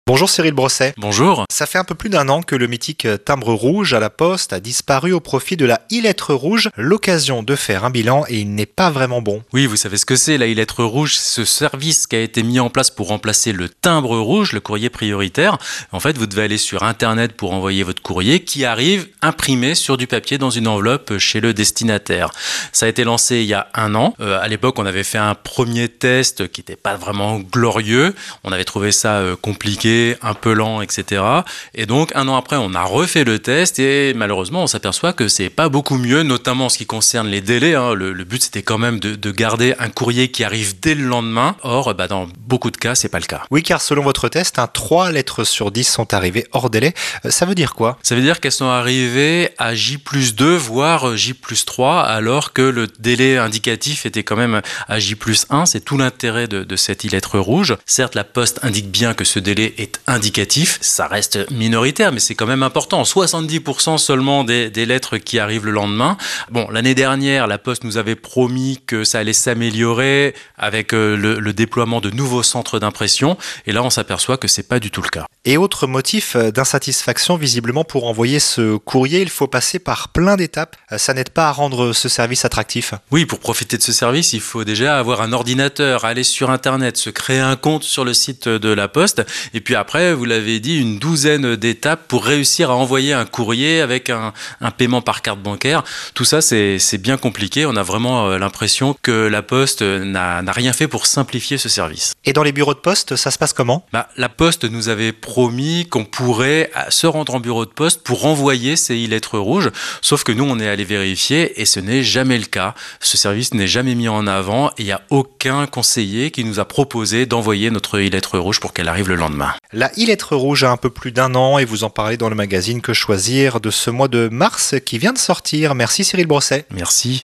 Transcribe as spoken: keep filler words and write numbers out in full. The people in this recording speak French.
Bonjour Cyril Brosset. Bonjour. Ça fait un peu plus d'un an que le mythique timbre rouge à la poste a disparu au profit de la e-lettre rouge. L'occasion de faire un bilan et il n'est pas vraiment bon. Oui, vous savez ce que c'est, la e-lettre rouge, ce service qui a été mis en place pour remplacer le timbre rouge, le courrier prioritaire. En fait, vous devez aller sur Internet pour envoyer votre courrier qui arrive imprimé sur du papier dans une enveloppe chez le destinataire. Ça a été lancé il y a un an. Euh, à l'époque, on avait fait un premier test qui n'était pas vraiment glorieux. On avait trouvé ça euh, compliqué, un peu lent, et cetera. Et donc, un an après, on a refait le test et malheureusement, on s'aperçoit que c'est pas beaucoup mieux, notamment en ce qui concerne les délais. Hein. Le, le but, c'était quand même de, de garder un courrier qui arrive dès le lendemain. Or, bah, dans beaucoup de cas, c'est pas le cas. Oui, car selon votre test, hein, trois lettres sur dix sont arrivées hors délai. Euh, ça veut dire quoi? Ça veut dire qu'elles sont arrivées à J plus deux, voire J plus trois, alors que le délai indicatif était quand même à J plus un. C'est tout l'intérêt de, de cette e-lettre rouge. Certes, la Poste indique bien que ce délai est indicatif. Ça reste minoritaire, mais c'est quand même important. soixante-dix pour cent seulement des, des lettres qui arrivent le lendemain. Bon, l'année dernière, la Poste nous avait promis que ça allait s'améliorer avec euh, le, le déploiement de nouveaux centres d'impression. Et là, on s'aperçoit que c'est pas du tout le cas. Et autre motif d'insatisfaction, visiblement pour envoyer ce courrier, il faut passer par plein d'étapes. Ça n'aide pas à rendre ce service attractif. Oui, pour profiter de ce service, il faut déjà avoir un ordinateur, aller sur Internet, se créer un compte sur le site de la Poste. Et puis après, vous l'avez dit, une douzaine d'étapes pour réussir à envoyer un courrier avec un, un paiement par carte bancaire. Tout ça, c'est, c'est bien compliqué. On a vraiment l'impression que la Poste n'a, n'a rien fait pour simplifier ce service. Et dans les bureaux de poste, ça se passe comment? Bah, la Poste nous avait promis qu'on pourrait se rendre en bureau de poste pour envoyer ces e-lettres rouges. Sauf que nous, on est allé vérifier et ce n'est jamais le cas. Ce service n'est jamais mis en avant et il n'y a aucun conseiller qui nous a proposé d'envoyer notre e-lettre rouge pour qu'elle arrive le lendemain. La e-lettre rouge a un peu plus d'un an et vous en parlez dans le magazine Que Choisir de ce mois de mars qui vient de sortir. Merci Cyril Brosset. Merci.